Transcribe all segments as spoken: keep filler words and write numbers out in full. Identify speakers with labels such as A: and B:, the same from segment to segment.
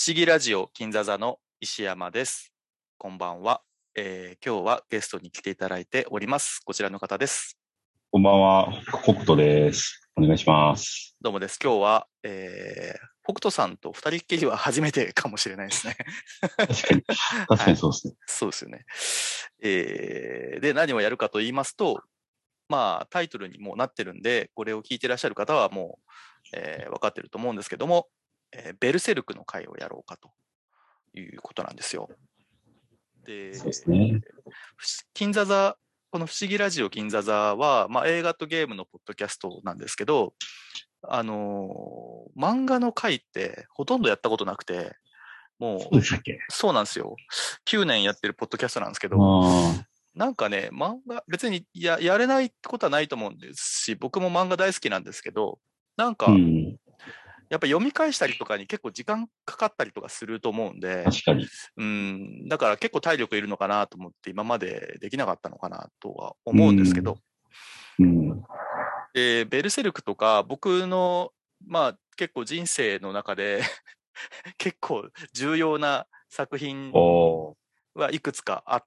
A: 思議ラジオ金座座の石山です。こんばんは、えー、今日はゲストに来ていただいております。こちらの方です。
B: こんばんは、北斗です。お願いします。
A: どうもです。今日は、えー、北斗さんと二人っきりは初めてかもしれないですね。
B: 確かに、確
A: はい。
B: かにそうですね。
A: そうですよね。えー、で、何をやるかと言いますと、まあ、タイトルにもうなってるんで、これを聞いてらっしゃる方はもう、えー、分かってると思うんですけども、えー、ベルセルクの会をやろうかということなんですよ。
B: そうで
A: で、
B: すね。
A: 金座座、この不思議ラジオ金座座は、まあ、映画とゲームのポッドキャストなんですけど、あのー漫画の回ってほとんどやったことなくて、もう、
B: そうでしたっけ？
A: そうなんですよ。きゅうねんやってるポッドキャストなんですけど、
B: ああ、
A: なんかね、漫画、別にややれないことはないと思うんですし、僕も漫画大好きなんですけど、なんか、
B: うん、
A: やっぱ読み返したりとかに結構時間かかったりとかすると思うんで、
B: 確かに。
A: うん、だから結構体力いるのかなと思って今までできなかったのかなとは
B: う
A: 思うんですけ
B: ん、
A: ど、
B: うん、
A: で、ベルセルクとか僕の、まあ結構人生の中で結構重要な作品
B: おー、
A: はいくつかあって、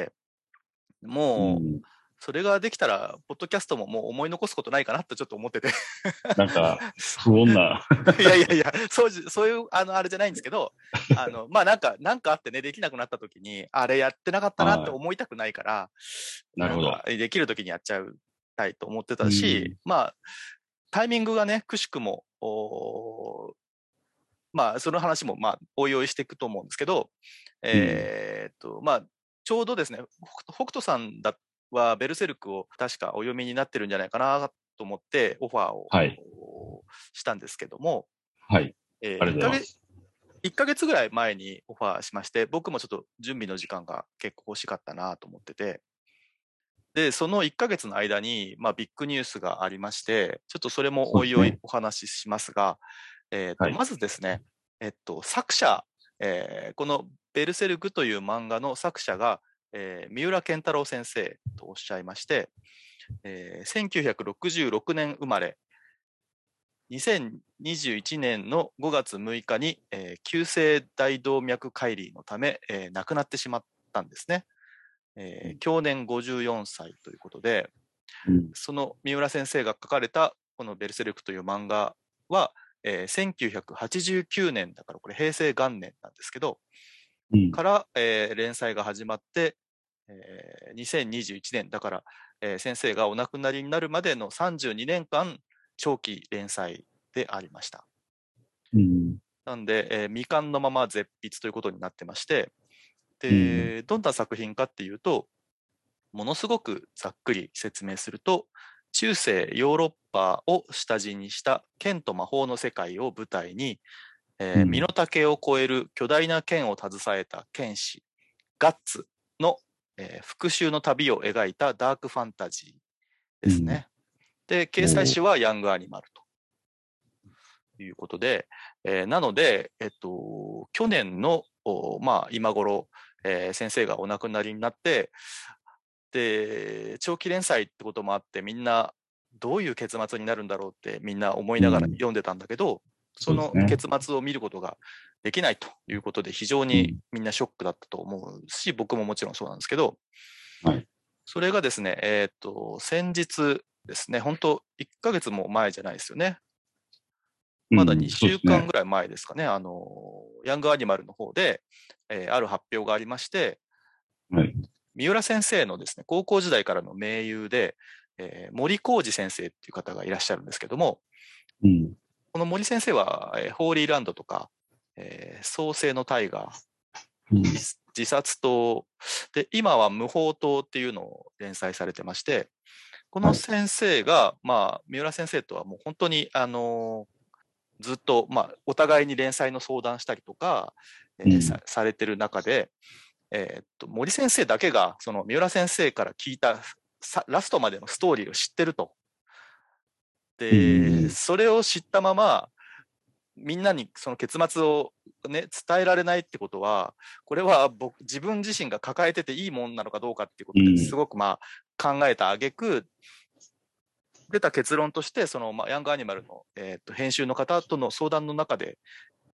A: もう
B: うん、
A: それができたら、ポッドキャストももう思い残すことないかなとちょっと思ってて
B: なんか、不穏な。
A: いやいやいや、そうじ、そういう、あの、あれじゃないんですけど、あの、まあ、なんか、なんかあってね、できなくなった時に、あれやってなかったなって
B: は
A: 思いたくないから、
B: い。なるほど。
A: なんか、できる時にやっちゃうたいと思ってたし、
B: うん、
A: まあ、タイミングがね、くしくも、おまあ、その話も、まあ、おいおいしていくと思うんですけど、
B: うん、
A: えーっと、まあ、ちょうどですね、北北斗さんだは、ベルセルクを確かお読みになってるんじゃないかなと思って、オファーを
B: はい。
A: したんですけども、
B: はい。
A: えー、1
B: ありがとうござい
A: ヶ月、
B: ます。
A: いっかげつぐらい前にオファーしまして、僕もちょっと準備の時間が結構欲しかったなと思ってて、で、そのいっかげつの間に、まあ、ビッグニュースがありまして、ちょっとそれもおいおい
B: そうですね。
A: お話ししますが、えっと、
B: はい。
A: まずですね、えっと、作者、えーこのベルセルクという漫画の作者が、えー三浦健太郎先生とおっしゃいまして、えーせんきゅうひゃくろくじゅうろくねん生まれ、にせんにじゅういちねんのごがつむいかに、えー急性大動脈解離のため、えー亡くなってしまったんですね。えー、享年ごじゅうよんさいということで、
B: うん、
A: その三浦先生が書かれたこのベルセルクという漫画は、えー、せんきゅうひゃくはちじゅうきゅうねんだからこれ平成元年なんですけど、
B: うん、
A: から、えー連載が始まって、えーにせんにじゅういちねんだから、えー先生がお亡くなりになるまでのさんじゅうにねんかん長期連載でありました。
B: うん、
A: なんで、えー未完のまま絶筆ということになってまして、
B: うん、
A: で、どんな作品かっていうと、ものすごくざっくり説明すると、中世ヨーロッパを下地にした剣と魔法の世界を舞台に、えー身の
B: うん、
A: 丈を超える巨大な剣を携えた剣士、ガッツの、えー復讐の旅を描いたダークファンタジーで
B: うん。
A: すね。で、掲載
B: おー、
A: 誌はヤングアニマルということで、えーなので、えっと、去年の、まあ、今頃、えー先生がお亡くなりになって、で、長期連載ってこともあって、みんなどういう結末になるんだろうってみんな思いながら
B: うん。
A: 読んでたんだけど、そ
B: そうですね。
A: の結末を見ることができないということで、非常に
B: うん。
A: みんなショックだったと思うし、僕ももちろんそうなんですけど、
B: はい。
A: それがですね、えっと、先日ですね、本当いっかげつも前じゃないですよね。まだ
B: うん、
A: 2週
B: そうですね。
A: 間ぐらい前ですかね、あの、ヤングアニマルの方で、えーある発表がありまして、
B: はい。
A: 三浦先生のですね、高校時代からの盟友で、えー森浩二先生っていう方がいらっしゃるんですけども、
B: うん、
A: この森先生は、えーホーリーランドとか、えー創世の大河、
B: うん、
A: 自自殺島で、今は無法島っていうのを連載されてまして、この
B: はい。
A: 先生が、まあ、三浦先生とはもう本当に、あのーずっと、まあ、お互いに連載の相談したりとか、えーさ
B: うん、
A: されてる中で、えーっと、森先生だけが、その三浦先生から聞いたラストまでのストーリーを知ってると。
B: うん、
A: で、
B: うん、
A: それを知ったまま、みんなにその結末をね、伝えられないってことは、これは僕、自分自身が抱えてていいものなのかどうかっていうことです
B: うん、
A: ごくまあ考えた挙句、出た結論として、その、まあ、ヤングアニマルの、えー、と編集の方との相談の中で、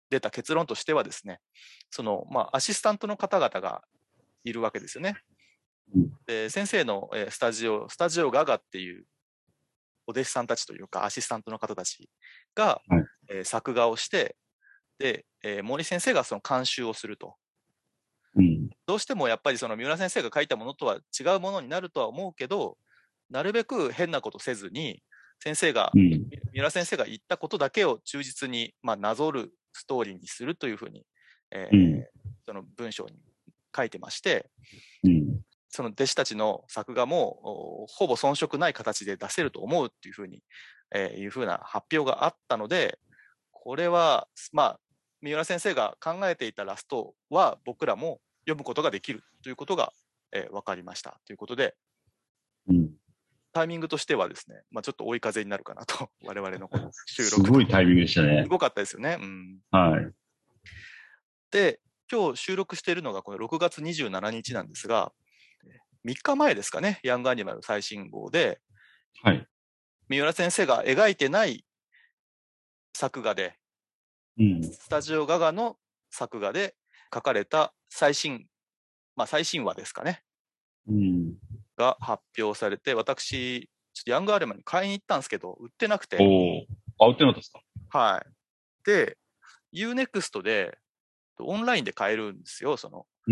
A: 出た結論としてはですね、その、まあ、アシスタントの方々がいるわけですよね。で、先生の、えー、スタジオ、スタジオガガっていうお弟子さんたちというか、アシスタントの方たちが、
B: はい
A: えー、作画をして、で、えー、森先生がその監修をすると。
B: うん、
A: どうしてもやっぱりその三浦先生が書いたものとは違うものになるとは思うけど、なるべく変なことせずに、先生が、
B: うん、
A: 三浦先生が言ったことだけを忠実に、まあ、なぞるストーリーにするというふうに、えー
B: うん、
A: その文章に書いてまして、
B: うん、
A: その弟子たちの作画もほぼ遜色ない形で出せると思うっていうふうに、えー、いうふうな発表があったので、これは、まあ、三浦先生が考えていたラストは僕らも読むことができるということが、えー、分かりましたということで、
B: うん、
A: タイミングとしてはですね、まあ、ちょっと追い風になるかなと、我々のこの収
B: す
A: 録と。
B: ごいタイミングでしたね。
A: すごかったですよね。うん、
B: はい。
A: で、今日収録しているのがこのろくがつにじゅうしちにちなんですが、みっかまえですかね、ヤングアニマル最新号で、
B: はい。
A: 三浦先生が描いてない作画で、
B: うん、
A: スタジオガガの作画で書かれた最新、まあ最新話ですかね、
B: うん、
A: が発表されて、私、ちょっとヤングアニマルに買いに行ったんですけど、売ってなくて。
B: おお、あ、売ってなかったですか？
A: はい。で、ユーネクスト で、オンラインで買えるんですよ、その、
B: うん、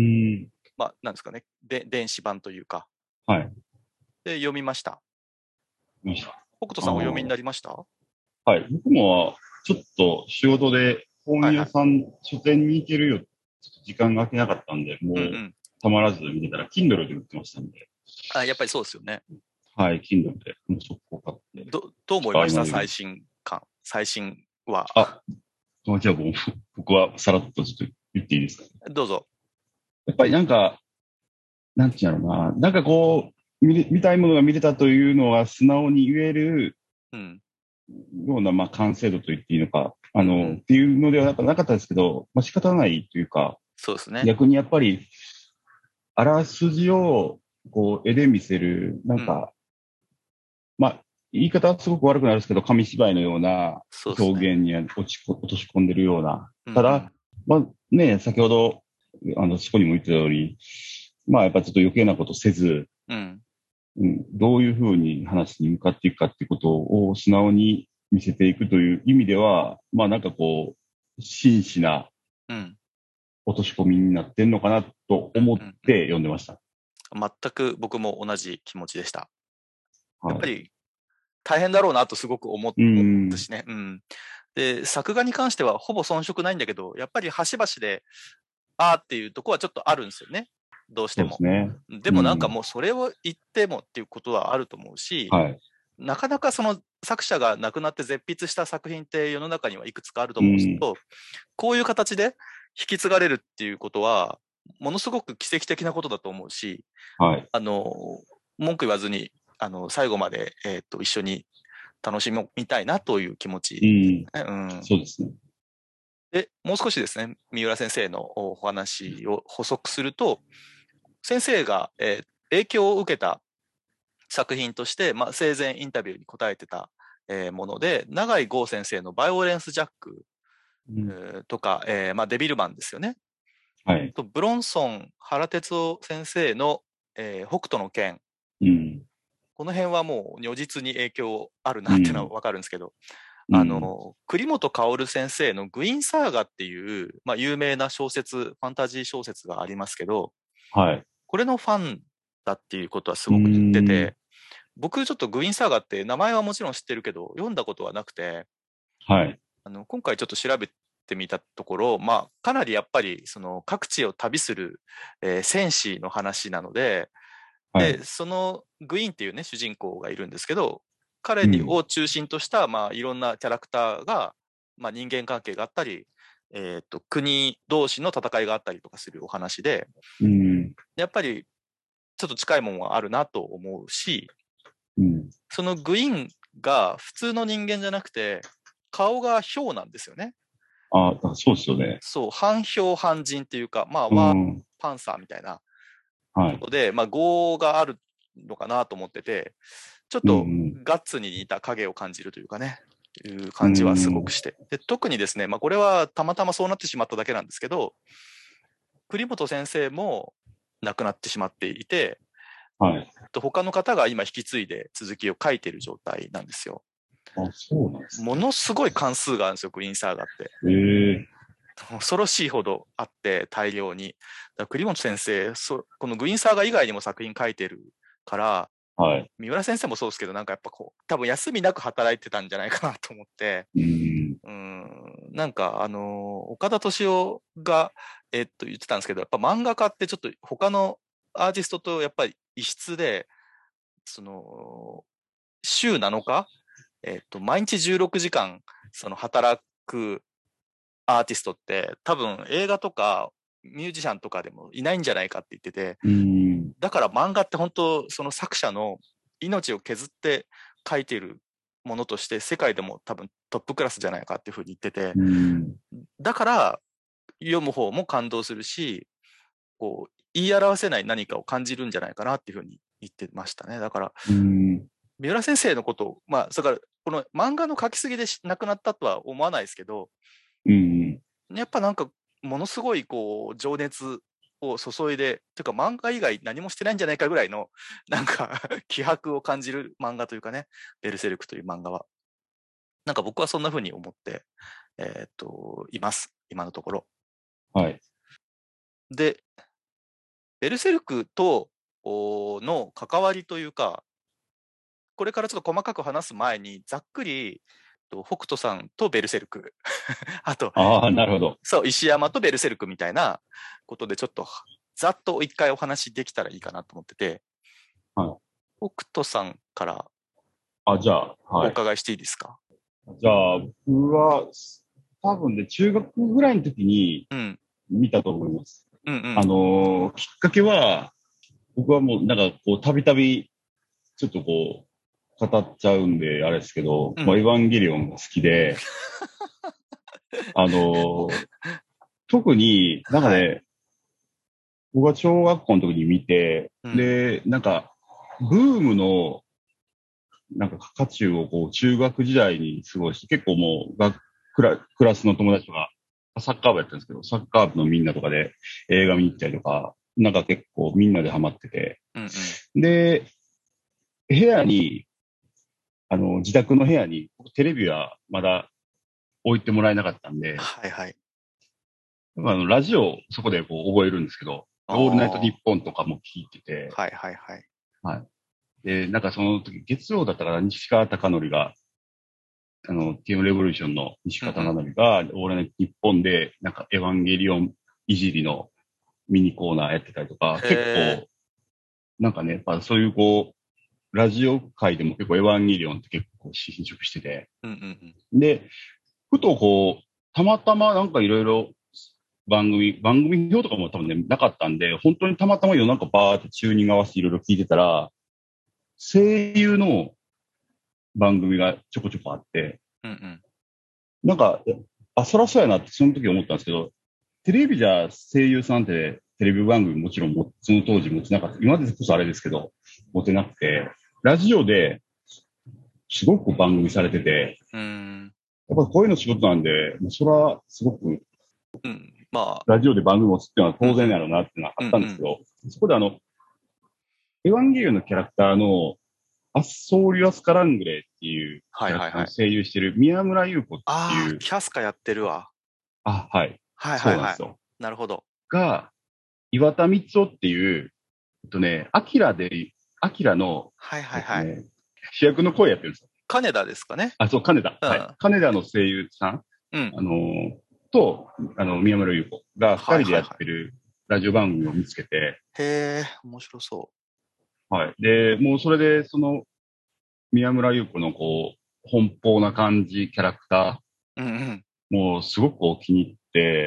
A: まあ、なんですかね、で電子版というか。
B: はい。
A: で、読みました。
B: 見ました。
A: 北斗さんお読みになりました？
B: はい。僕も、ちょっと仕事で本屋さん、書店に行けるよ、ちょっと時間が空けなかったんで、もう、
A: うんうん、
B: たまらず見てたら、Kindle で売ってましたんで、
A: あ、やっぱりそうですよね。
B: はい、Kindle で、もう速攻買って。
A: どどう思いました？
B: ちょっと合間で
A: 最新刊、最新話。
B: あ、じゃあ僕僕はさらっとちょっと言っていいですか？
A: どうぞ。
B: やっぱりなんか、なんていうのな、なんかこう、見れ見たいものが見れたというのは素直に言える
A: うん。
B: ような、まあ、完成度と言っていいのか、あの、
A: うんうん、
B: っていうのではなかなかったですけど、まあ、仕方ないというか、
A: そうですね。
B: 逆にやっぱり、あらすじを、こう、絵で見せる、なんか、
A: うん、
B: まあ、言い方はすごく悪くなるんですけど、紙芝居のような
A: そうですね。
B: 表現に落ちこ落とし込んでるような。
A: うんうん、
B: ただ、まあね、先ほど、あの、そこにも言ってた通り、まあ、やっぱちょっと余計なことせず、
A: うん、
B: うん、どういうふうに話に向かっていくかっていうことを素直に見せていくという意味では、まあなんかこう、真摯な
A: うん、
B: 落とし込みになってんのかなと思って読んでました。
A: うんうん、全く僕も同じ気持ちでした。
B: はい、
A: やっぱり大変だろうなとすごく思ったしね。うん。で、作画に関してはほぼ遜色ないんだけど、やっぱり端々で、あーっていうとこはちょっとあるんですよね。どうしても。
B: そうですね。
A: でもなんかもうそれを言ってもっていうことはあると思うし、
B: はい。
A: なかなかその作者が亡くなって絶筆した作品って世の中にはいくつかあると
B: うん。
A: 思うんですけど、こういう形で引き継がれるっていうことは、ものすごく奇跡的なことだと思うし、
B: はい。
A: あの、文句言わずに、あの、最後まで、えっと、一緒に楽しみたいなという気持ち、
B: うん。
A: ね。うん。
B: そうですね。
A: で、もう少しですね、三浦先生のお話を補足すると、先生が、えー影響を受けた作品として、まあ、生前インタビューに答えてた、えーもので、永井豪先生のバイオレンス・ジャック、
B: うん、
A: えーとか、えーまあ、デビルマンですよね。
B: はい。
A: とブロンソン、原哲夫先生の、えー北斗の拳。
B: うん。
A: この辺はもう如実に影響あるなっていうのは
B: うん。
A: わかるんですけど、あ
B: うん。
A: の、栗本薫先生のグイーンサーガっていう、まあ、有名な小説、ファンタジー小説がありますけど、
B: はい。
A: これのファンだっていうことはす
B: う
A: ごく言って
B: ん。
A: て、僕ちょっとグイーンサーガって名前はもちろん知ってるけど、読んだことはなくて、
B: はい。
A: あの今回ちょっと調べてみたところ、まあ、かなりやっぱりその各地を旅する、えー戦士の話なので、で、
B: はい。
A: そのグイーンっていうね、主人公がいるんですけど、彼に
B: うん。
A: を中心とした、まあ、いろんなキャラクターが、まあ、人間関係があったり、えっと、国同士の戦いがあったりとかするお話で、
B: うん。
A: やっぱりちょっと近いものはあるなと思うし、
B: うん。
A: そのグイーンが普通の人間じゃなくて、顔がヒョウなんですよね。
B: あ、だそうですよね。
A: そう、半ヒョウ半人っていうか、まあ、
B: う
A: ワー
B: ん。
A: パンサーみたいな
B: はい。
A: ことで、まあ、業があるのかなと思ってて、ちょっ
B: うん。う
A: と
B: ん。
A: ガッツに似た影を感じるというかね。 いう感じはすごくして。で、特にですね、まあこれはたまたまそうなってしまっただけなんですけど、栗本先生も亡くなってしまっていて、
B: はい。
A: 他の方が今引き継いで続きを書いている状態なんですよ。
B: あ、そうなんですね。
A: ものすごい関数があるんですよ、グリーンサーガって。
B: へえ。
A: 恐ろしいほどあって大量に。だから栗本先生そ、このグリーンサーガ以外にも作品書いてるから、
B: はい。
A: 三浦先生もそうですけど、なんかやっぱこう、多分休みなく働いてたんじゃないかなと思って、
B: うん。
A: うん、なんかあのー、岡田敏夫が、えっと言ってたんですけど、やっぱ漫画家ってちょっと他のアーティストとやっぱり異質で、その、週なのか、えっと、毎日じゅうろくじかん、その働くアーティストって多分映画とかミュージシャンとかでもいないんじゃないかって言ってて、
B: うん。
A: だから漫画って本当その作者の命を削って書いているものとして世界でも多分トップクラスじゃないかっていうふうに言ってて、
B: うん。
A: だから読む方も感動するし、こう言い表せない何かを感じるんじゃないかなっていうふうに言ってましたね。だから、
B: うん。
A: 三浦先生のことを、まあ、それからこの漫画の書きすぎで亡くなったとは思わないですけど、
B: うん。
A: やっぱなんかものすごいこう情熱を注いで、というか漫画以外何もしてないんじゃないかぐらいのなんか気迫を感じる漫画というかね、ベルセルクという漫画は。なんか僕はそんな風に思って、えーっと、います。今のところ。
B: はい。
A: で、ベルセルクとおの関わりというか、これからちょっと細かく話す前に、ざっくり、と北斗さんとベルセルク、あと、
B: ああ、なるほど。
A: そう、石山とベルセルクみたいなことで、ちょっとざっと一回お話できたらいいかなと思ってて、
B: はい。
A: 北斗さんから
B: あ、じゃあ、
A: お
B: はい。
A: 伺いしていいですか？
B: じゃあ、僕は、多分ね、中学ぐらいの時に
A: うん、
B: 見たと思います。
A: うん、う
B: あ
A: ん。
B: のーきっかけは、僕はもう、なんか、こう、たびたび、ちょっとこう、語っちゃうんで、あれですけど、
A: うん
B: まあ、エヴァンゲリオンが好きで、あのー特になんか
A: はい。
B: ね、僕は小学校の時に見て、
A: うん、
B: で、なんか、ブームの、なんか、渦中をこう、中学時代に過ごして、結構もう、学クラ、クラスの友達とか、サッカー部やったんですけど、サッカー部のみんなとかで映画見に行ったりとか、なんか結構みんなでハマってて、
A: うん、うん。
B: で、部屋に、あの、自宅の部屋に、テレビはまだ置いてもらえなかったんで、
A: はい、はい。
B: あの、ラジオをそこでこう覚えるんですけど、
A: あ
B: オールナイトニッ
A: あ、
B: ポンとかも聞いてて、
A: はい、はい、はい。
B: はい。で、なんかその時、月曜だったから西川貴教が、あの、ティームレボリューションの西
A: うん、う
B: 川貴
A: ん。
B: 教が、オールナイトニッポンで、なんかエヴァンゲリオンいじりのミニコーナーやってたりとか、結
A: へえ、
B: 構、なんかね、やっぱそういうこう、ラジオ界でも結構エヴァンゲリオンって結構侵食してて、
A: うん、うん、
B: で、ふとこう、たまたまなんかいろいろ番組、番組表とかも多分ね、なかったんで、本当にたまたま夜中バーってチューニング合わせていろいろ聞いてたら、声優の番組がちょこちょこあって、
A: うん、うん。
B: なんか、あ、そらそうやなってその時思ったんですけど、テレビじゃ声優さんってテレビ番組もちろんもその当時持ちなかった。今でこそあれですけど、持てなくて、ラジオですごく番組されてて、
A: うん、
B: やっぱこういうの仕事なんで、もうそれはすごく
A: うん。まあ、
B: ラジオで番組を持つっていうのは
A: うん、う
B: 当然や
A: ん、
B: ろうなっていうのは
A: うん、う
B: あったんですけ
A: ん。
B: ど、そこであの、エヴァンゲリオンのキャラクターのアッソーリュアスカラングレーっていう
A: はい、はい、
B: キャラクター
A: はい。
B: の声優してる宮村優子って
A: ああ、
B: いう、
A: キャスカやってるわ。
B: あ、はい、
A: はい、はい、はい。
B: そうなんですよ。
A: なるほど。
B: が、岩田光夫っていう、えっとね、アキラで、アキラの、
A: はい、はい、はい。
B: えっとね、主役の声やってるんですよ。
A: 金田ですかね。
B: あ、そう、金田。はい。
A: うん、
B: 金田の声優さん、
A: うん。
B: あのーと、あの、宮村優子が二
A: はい、
B: 人でやっ
A: はい、はい。
B: てるラジオ番組を見つけて、
A: へえ、面白そ
B: はい。で、もうそれで、その、宮村優子のこう、奔放な感じ、キャラクタ
A: う。うん、うん。
B: ー、もうすごくこう気に入って、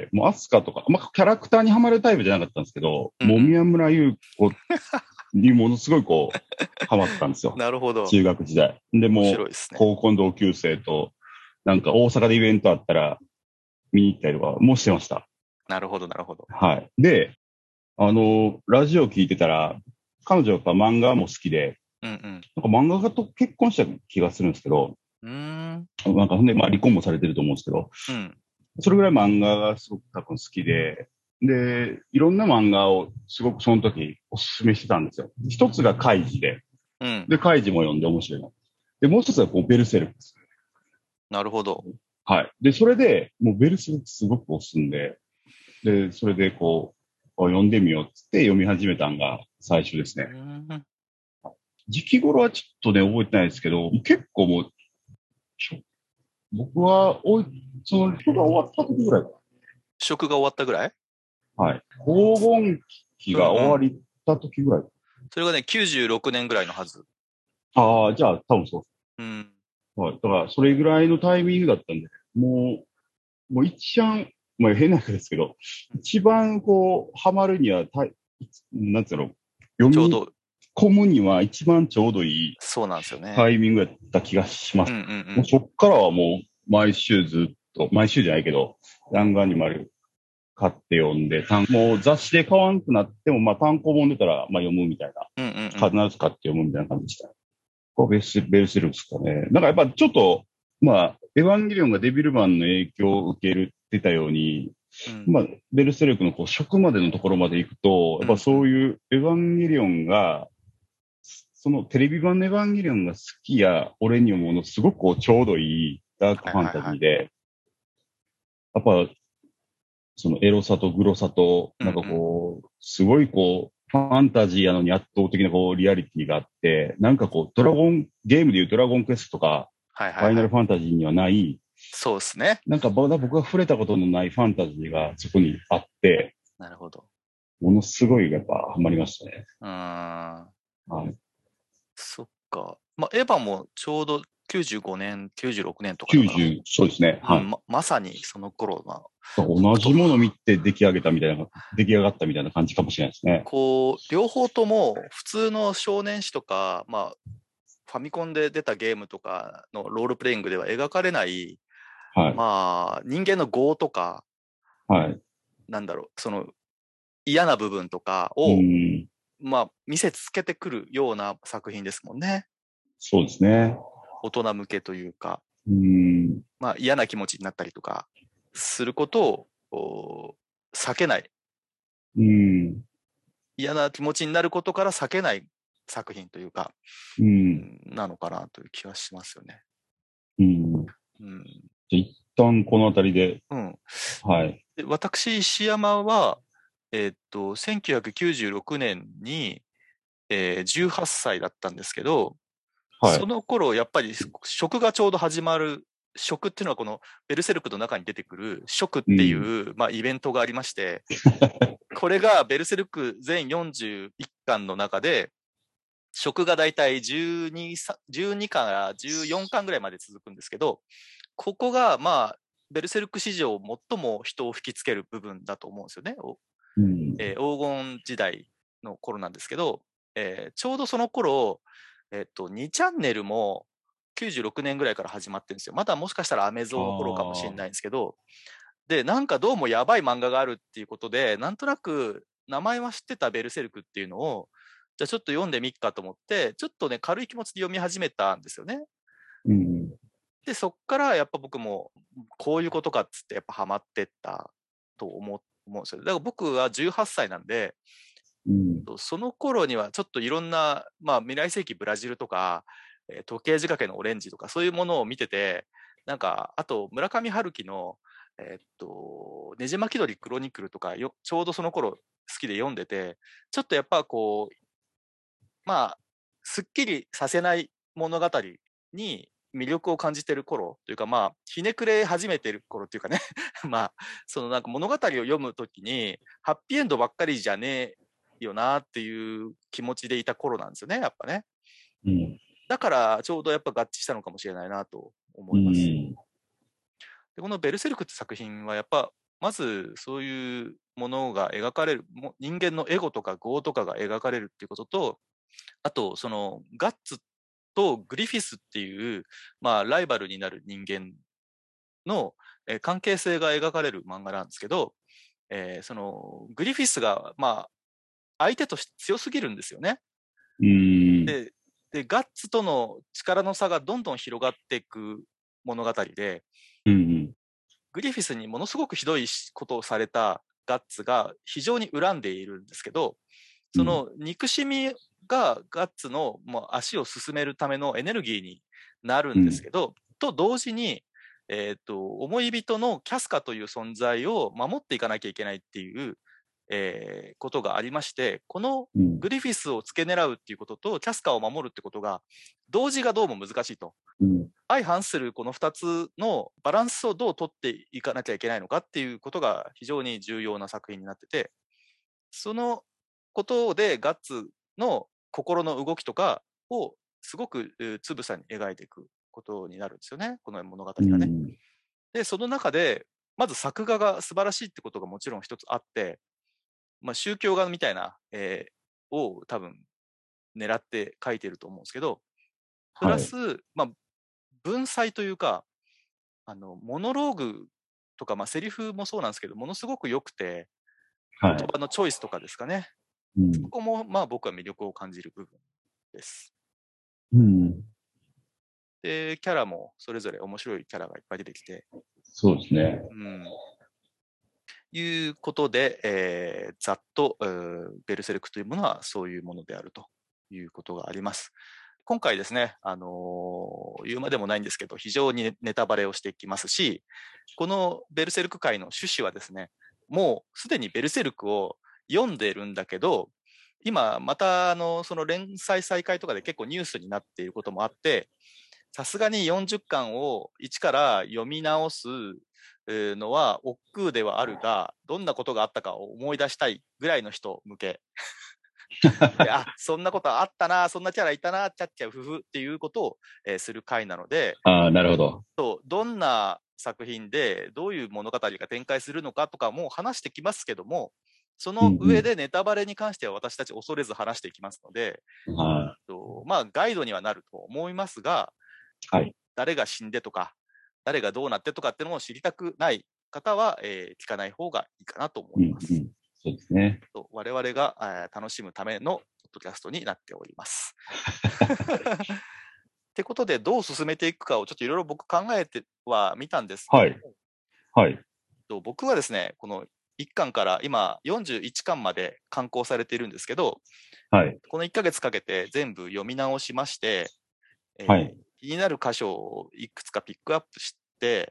B: もうアスカとか、まあ、キャラクターにはまるタイプじゃなかったんですけど、
A: うん、うん。
B: もう宮村優子にものすごいこう、ハマったんですよ。
A: なるほど。
B: 中学時代。で、
A: 面
B: もう、
A: 白いですね。
B: 高校の同級生と、なんか大阪でイベントあったら、見に行ったりとかもしてました。
A: なるほど、なるほど。
B: はい。で、あの、ラジオ聞いてたら、彼女はやっぱ漫画も好きで、
A: うん、うん。
B: なんか漫画家と結婚した気がするんですけど、
A: うー
B: なんかほんで、まあ離婚もされてると思うんですけど、
A: うん、
B: それぐらい漫画がすごく多分好きで、で、いろんな漫画をすごくその時おすすめしてたんですよ。一つがカイジで、
A: うん。
B: で、カイジも読んで面白いな。で、もう一つがこうベルセルクです。
A: なるほど。
B: はい。で、それで、もうベルセルクすごくおすんで、で、それでこう、読んでみようってって読み始めたのが最初ですね。
A: うん、
B: 時期頃はちょっとね、覚えてないですけど、結構もう、僕は、おい、その人が終わった時ぐらいか
A: 食が終わったぐらい？
B: な。はい。黄金期が終わりた時ぐらい。
A: それがね、きゅうじゅうろくねんぐらいのはず。
B: ああ、じゃあ多分そう。
A: うん。
B: はい。だから、それぐらいのタイミングだったんで、もう、もう一番、まあ変な話ですけど、一番こう、ハマるには、たいなんつうの、読み
A: ちょうど、
B: 込むには一番ちょうどいい
A: そうなんですよね。
B: タイミングだった気がします。
A: うんうんうん。
B: もうそっからはもう、毎週ずっと、毎週じゃないけど、弾丸に丸買って読んで、単もう雑誌で買わんくなっても、まあ単行本出たら、まあ読むみたいな。
A: うんうんうん。
B: 必ず買って読むみたいな感じでした。こうベース、ベースルですかね。なんかやっぱちょっと、まあ、エヴァンゲリオンがデビルマンの影響を受けるってたように、
A: うん
B: まあ、ベルセルクのこう食までのところまで行くと、やっぱそういうエヴァンゲリオンが、そのテレビ版のエヴァンゲリオンが好きや、俺にものすごくこうちょうどいいダークファンタジーで、やっぱ、そのエロさとグロさと、なんかこう、すごいこう、ファンタジーやのに圧倒的なこう、リアリティがあって、なんかこう、ドラゴン、ゲームでいうドラゴンクエストとか、
A: はいはいはい。
B: ファイナルファンタジーにはない、
A: そうですね。
B: なんかまだ僕が触れたことのないファンタジーがそこにあって、
A: なるほど。
B: ものすごいやっぱハマりましたね。
A: うーん。
B: はい。
A: そっか。まあ、エヴァもちょうどきゅうじゅうごねん、きゅうじゅうろくねんとかだから。
B: きゅうじゅう、そうですね。はい。
A: うん、ま、まさにその頃は。
B: 同じもの見て出来上げたみたいな、出来上がったみたいな感じかもしれないですね。
A: こう、両方とも普通の少年誌とか、まあ、ファミコンで出たゲームとかのロールプレイングでは描かれない、
B: はい。
A: まあ、人間の業とか、
B: はい。
A: なんだろう、その嫌な部分とか
B: う
A: を、
B: ん。
A: まあ、見せつけてくるような作品ですもんね。
B: そうですね。
A: 大人向けというか、
B: うん。
A: まあ、嫌な気持ちになったりとかすることを避けない。
B: うん。
A: 嫌な気持ちになることから避けない作品というか、
B: うん。
A: なのかなという気がしますよね。
B: うん。
A: うん。
B: じゃ一旦このあたりで、
A: うん、
B: はい。
A: で私、石山は、えーっと、せんきゅうひゃくきゅうじゅうろくねんに、えー、じゅうはっさいだったんですけど、
B: はい。
A: その頃、やっぱり食がちょうど始まる、食っていうのはこのベルセルクの中に出てくる食っていう、うん、まあ、イベントがありまして、これがベルセルク全よんじゅういっかんの中で、食がだいたいじゅうに、じゅうにからじゅうよんかんぐらいまで続くんですけど、ここがまあ、ベルセルク史上最も人を引きつける部分だと思うんですよね。
B: うん
A: えー、黄金時代の頃なんですけど、えー、ちょうどその頃、えっと、にチャンネルもきゅうじゅうろくねんぐらいから始まってるんですよ。まだもしかしたらアメゾーの頃かもしれないんですけど、で、なんかどうもやばい漫画があるっていうことで、なんとなく名前は知ってたベルセルクっていうのを、じゃあちょっと読んでみっかと思って、ちょっとね、軽い気持ちで読み始めたんですよね。
B: うん、
A: で、そっからやっぱ僕もこういうことかっつってやっぱハマってったと思うんですよ。だから僕はじゅうはっさいなんで、
B: うん、
A: その頃にはちょっといろんな、まあ、未来世紀ブラジルとか、えー、時計仕掛けのオレンジとかそういうものを見てて、なんかあと村上春樹のえー、っとねじ巻き鳥クロニクルとかよちょうどその頃好きで読んでて、ちょっとやっぱこうまあすっきりさせない物語に魅力を感じてる頃というか、まあひねくれ始めてる頃っていうかねまあそのなんか物語を読むときにハッピーエンドばっかりじゃねえよなっていう気持ちでいた頃なんですよね、やっぱね。
B: うん、
A: だからちょうどやっぱ合致したのかもしれないなと
B: う
A: 思います。
B: ん、
A: でこのベルセルクって作品はやっぱまずそういうものが描かれる、人間のエゴとか業とかが描かれるっていうことと、あとそのガッツとグリフィスっていう、まあ、ライバルになる人間の、えー、関係性が描かれる漫画なんですけど、えー、そのグリフィスがまあ相手として強すぎるんですよね。
B: うん、
A: ででガッツとの力の差がどんどん広がっていく物語で、
B: うんうん
A: グリフィスにものすごくひどいことをされたガッツが非常に恨んでいるんですけど、その憎しみがガッツのもう足を進めるためのエネルギーになるんですけど、うん、と同時に、えーと、思い人のキャスカという存在を守っていかなきゃいけないっていう、えー、ことがありまして、このグリフィスを付け狙うっていうこととキャスカを守るってことが同時がどうも難しいと。うん、相反するこのふたつのバランスをどう取っていかなきゃいけないのかっていうことが非常に重要な作品になってて、そのことでガッツの心の動きとかをすごくつぶさに描いていくことになるんですよね、この物語がね。うん、で、その中でまず作画が素晴らしいってことがもちろん一つあって、まあ、宗教画みたいな、えー、を多分狙って描いてると思うんですけど、プラス、はい、まあ、文才というか、あのモノローグとか、まあ、セリフもそうなんですけど、ものすごく良くて、言葉のチョイスとかですかね。はい、そこも、まあ、僕は魅力を感じる部分です。うん、で、キャラもそれぞれ面白いキャラがいっぱい出てきて。
B: そうですね。
A: うん。いうことで、えー、ざっと、えー、ベルセルクというものはそういうものであるということがあります。今回ですね、あのー、言うまでもないんですけど、非常にネタバレをしていきますし、このベルセルク界の趣旨はですね、もうすでにベルセルクを読んでるんだけど、今またあのその連載再開とかで結構ニュースになっていることもあって、さすがによんじゅっかんを一から読み直すのは億劫ではあるが、どんなことがあったかを思い出したいぐらいの人向け。あ、そんなことあったな、そんなキャラいたな、ちゃっちゃうふふっていうことを、えー、する回なので、
B: ああ、なるほど。
A: とどんな作品でどういう物語が展開するのかとかも話してきますけども、その上でネタバレに関しては私たち恐れず話していきますので、うん、とまあガイドにはなると思いますが、
B: はい、誰
A: が死んでとか、誰がどうなってとかっていうのを知りたくない方は、えー、聞かない方がいいかなと思います。うんうん、
B: そうですね。
A: 我々が、えー、楽しむためのポッドキャストになっております。ってことで、どう進めていくかをちょっといろいろ僕考えてはみたんですけど、
B: はい。はい。
A: 僕はですね、このいっかんから今よんじゅういっかんまで刊行されているんですけど、
B: はい、
A: このいっかげつかけて全部読み直しまして、えーはい、気になる箇所をいくつかピックアップして、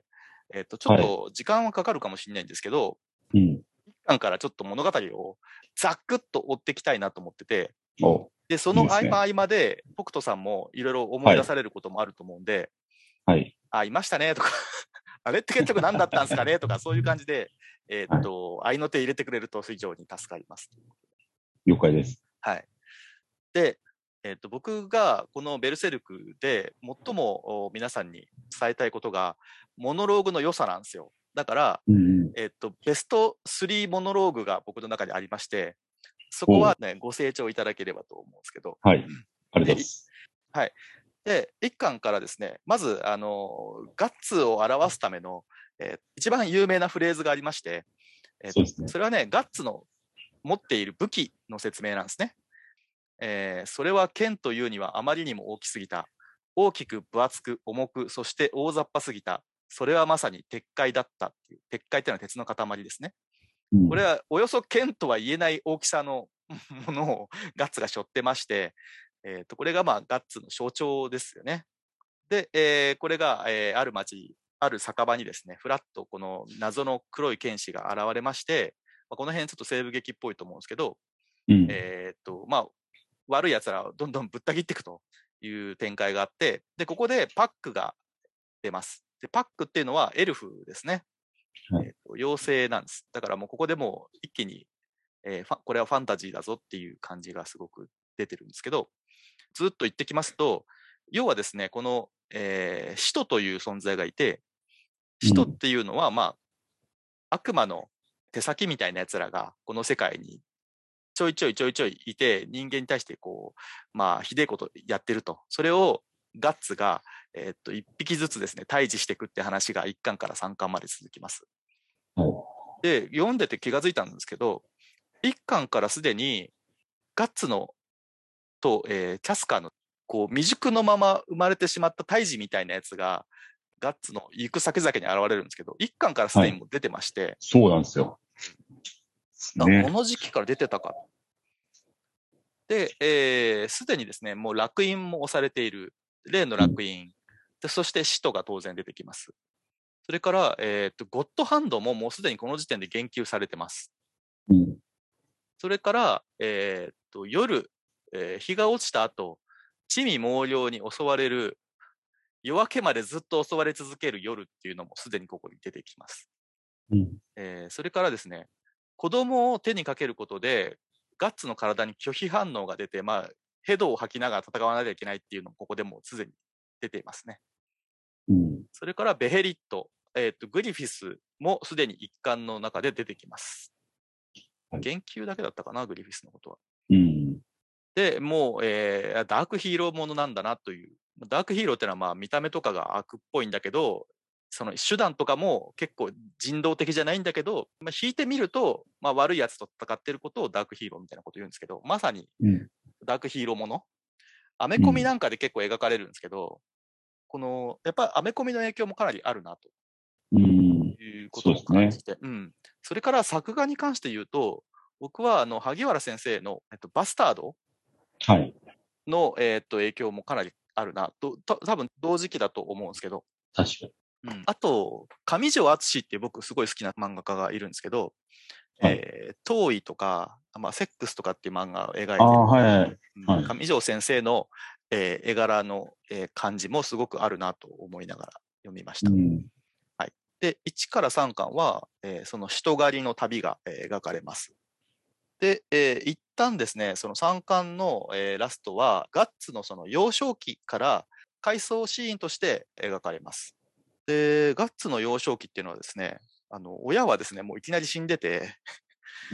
A: えー、とちょっと時間はかかるかもしれないんですけど、はい、いっかんからちょっと物語をざっくっと追っていきたいなと思ってて、でその合間合間で北斗さんもいろいろ思い出されることもあると思うんで、はい、あ、いましたねとかあれって結局何だったんですかねとかそういう感じで、えー、と、はい、合いの手入れてくれると非常に助かります。
B: 了解です。
A: はい。で、えー、と僕がこのベルセルクで最も皆さんに伝えたいことがモノローグの良さなんですよ。だから、うん、えー、とベストスリーモノローグが僕の中にありまして、そこはねご清聴いただければと思うんですけど。
B: はい。ありがとうございます。
A: はい。で、いっかんからですね、まずあのガッツを表すための、えー、一番有名なフレーズがありまして、えーと、 そ, ね、それはねガッツの持っている武器の説明なんですね。えー、それは剣というにはあまりにも大きすぎた。大きく分厚く重く、そして大雑把すぎた。それはまさに鉄塊だったっていう。鉄塊っていうのは鉄の塊ですね。うん、これはおよそ剣とは言えない大きさのものをガッツが背負ってまして、えー、とこれがまあガッツの象徴ですよね。で、えー、これが、えー、ある町、ある酒場にですね、ふらっとこの謎の黒い剣士が現れまして、まあ、この辺ちょっと西部劇っぽいと思うんですけど、うん、えっと、まあ、悪い奴らをどんどんぶった切っていくという展開があって、で、ここでパックが出ます。で、パックっていうのはエルフですね。はい、えーと、妖精なんです。だからもうここでもう一気に、えー、これはファンタジーだぞっていう感じがすごく出てるんですけど、ずっと言ってきますと、要はですね、この、えー、使徒という存在がいて、使徒っていうのは、まあ、悪魔の手先みたいな奴らがこの世界にちょいちょいちょいちょいいて、人間に対してこう、まあ、ひでえことやってると。それをガッツが、えー、っと、一匹ずつですね、退治していくって話がいっかんからさんかんまで続きます。はい、で、読んでて気がついたんですけど、いっかんからすでに、ガッツの、と、えー、キャスカーの、こう、未熟のまま生まれてしまった胎児みたいなやつが、 ガッツの行く先々に現れるんですけど、いっかんからすでにもう出てまして、はい、
B: そうなんですよ。
A: ね、この時期から出てたか。で、す、えー、で、にですね、もう烙印も押されている、例の烙印、うん、で、そして使徒が当然出てきます。それから、えー、とゴッドハンドももうすでにこの時点で言及されてます。
B: うん、
A: それから、えー、と夜、えー、日が落ちた後、地味猛量に襲われる、夜明けまでずっと襲われ続ける夜っていうのもすでにここに出てきます。
B: うん、
A: えー、それからですね、子供を手にかけることで、ガッツの体に拒否反応が出て、まあ、ヘドを吐きながら戦わなきゃいけないっていうのもここでもうすでに出ていますね。
B: うん、
A: それからベヘリット、えー、とグリフィスもすでに一巻の中で出てきます。言及だけだったかな、グリフィスのことは。
B: うん、
A: で、もう、えー、ダークヒーローものなんだなという。ダークヒーローってのはまあ見た目とかが悪っぽいんだけど、その手段とかも結構人道的じゃないんだけど、まあ、引いてみると、まあ、悪いやつと戦ってることをダークヒーローみたいなこと言うんですけど、まさにダークヒーローもの。アメコミなんかで結構描かれるんですけど、この、やっぱアメコミの影響もかなりあるなと。
B: うん、
A: いうことを感じて、うん、うん。それから作画に関して言うと、僕はあの萩原先生の、えっと、バスタードの、はい、えっと影響もかなりあるなと、た多分同時期だと思うんですけど。
B: 確か
A: に。うん、あと、上条敦っていう僕すごい好きな漫画家がいるんですけど、はい、えー、遠いとか、まあ、セックスとかっていう漫画を描いてる、
B: はいはいはい、
A: 上条先生の、えー、絵柄の、えー、感じもすごくあるなと思いながら読みました。うん、はい、で、いちからさんかんは、えー、その人狩りの旅が、えー、描かれます。で、えー、一旦ですね、そのさんかんの、えー、ラストは、ガッツのその幼少期から回想シーンとして描かれます。で、ガッツの幼少期っていうのはですね、あの、親はですね、もういきなり死んでて、うん、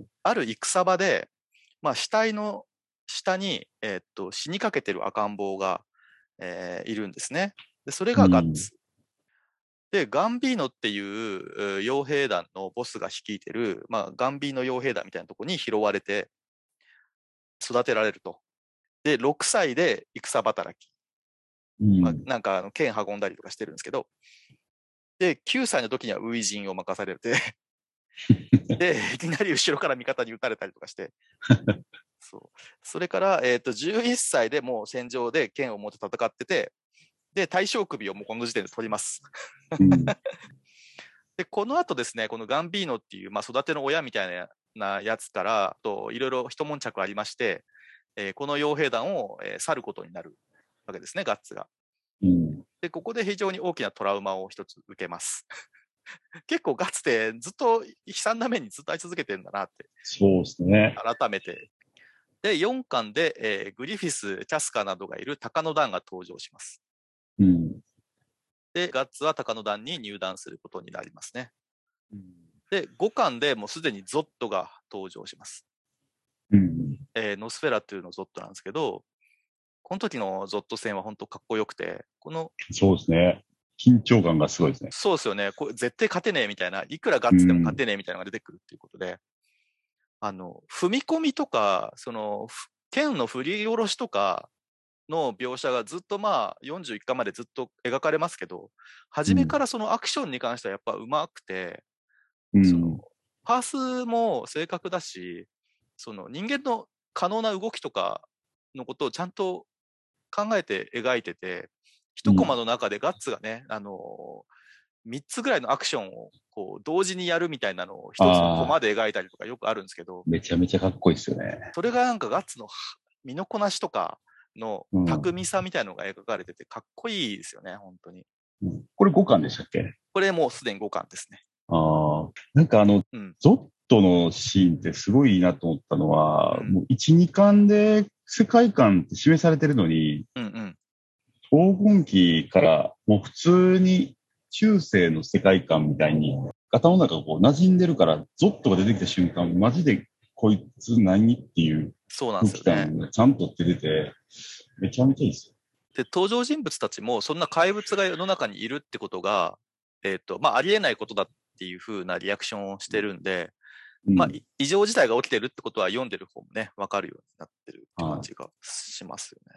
A: ある戦場で、まあ、死体の下に、えー、っと、死にかけてる赤ん坊が、えー、いるんですね。で、それがガッツ。うん、で、ガンビーノっていう傭兵団のボスが率いてる、まあ、ガンビーノ傭兵団みたいなところに拾われて、育てられると。で、ろくさいで戦働き。うん、まあ、なんか、剣運んだりとかしてるんですけど、で、きゅうさいの時には初陣を任されて、で、いきなり後ろから味方に撃たれたりとかして、そう。それから、えっと、じゅういっさいでもう戦場で剣を持って戦ってて、で、大将首をもうこの時点で取ります。うん、で、この後ですね、このガンビーノっていう、まあ、育ての親みたいなやつから、といろいろ一悶着ありまして、えー、この傭兵団を、えー、去ることになるわけですね、ガッツが。うん、で、ここで非常に大きなトラウマを一つ受けます。結構ガッツってずっと悲惨な目にずっと会い続けてるんだなって。
B: そうですね。
A: 改めて。で、よんかんで、えー、グリフィス、チャスカなどがいる鷹の団が登場します。うん、で、ガッツは鷹の団に入団することになりますね。うん、で、ごかんでもうすでにゾットが登場します。うんえー、ノスフェラというのゾットなんですけど、この時のゾット戦は本当かっこよくて、この
B: そうですね。緊張感がすごいですね。
A: そうですよね。これ絶対勝てねえみたいな、いくらガッツでも勝てねえみたいなのが出てくるっていうことで、うん、あの、踏み込みとか、その、剣の振り下ろしとかの描写がずっとまあよんじゅういっかんまでずっと描かれますけど、初めからそのアクションに関してはやっぱ上手くて、うん、その、パースも正確だし、その人間の可能な動きとかのことをちゃんと考えて描いてて、一コマの中でガッツがね、あのー、みっつぐらいのアクションをこう同時にやるみたいなのを一つのコマで描いたりとかよくあるんですけど、
B: めちゃめちゃかっこいいですよね。
A: それがなんかガッツの身のこなしとかの巧みさみたいなのが描かれててかっこいいですよね、本当に。
B: うん、これごかんでしたっけ？
A: これもうすでにごかんですね。
B: ああ、なんかあの、うん、ゾットのシーンってすごいいいなと思ったのは、うん、もういち、にかんで世界観って示されてるのに、うんうん黄金期からもう普通に中世の世界観みたいに頭の中がこう馴染んでるからゾッとが出てきた瞬間マジでこいつ何っていう
A: 空気感
B: がちゃんと出ててめちゃめちゃいいですよ。
A: で登場人物たちもそんな怪物が世の中にいるってことが、えーとまあ、ありえないことだっていう風なリアクションをしてるんで、うんまあ、異常事態が起きてるってことは読んでる方もね分かるようになってるって感じがしますよね。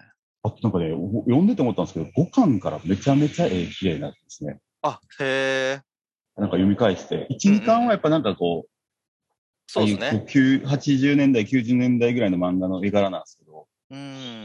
B: あとなんかね、お読んでて思ったんですけど、ごかんからめちゃめちゃ絵綺麗なんですね。
A: あ、へえ。
B: なんか読み返して。いち、
A: うんうん
B: にかんはやっぱなんかこう、ああいうこ
A: そうですね。
B: うきゅうはちじゅうねんだい、きゅうじゅうねんだいぐらいの漫画の絵柄なんですけど、
A: うん。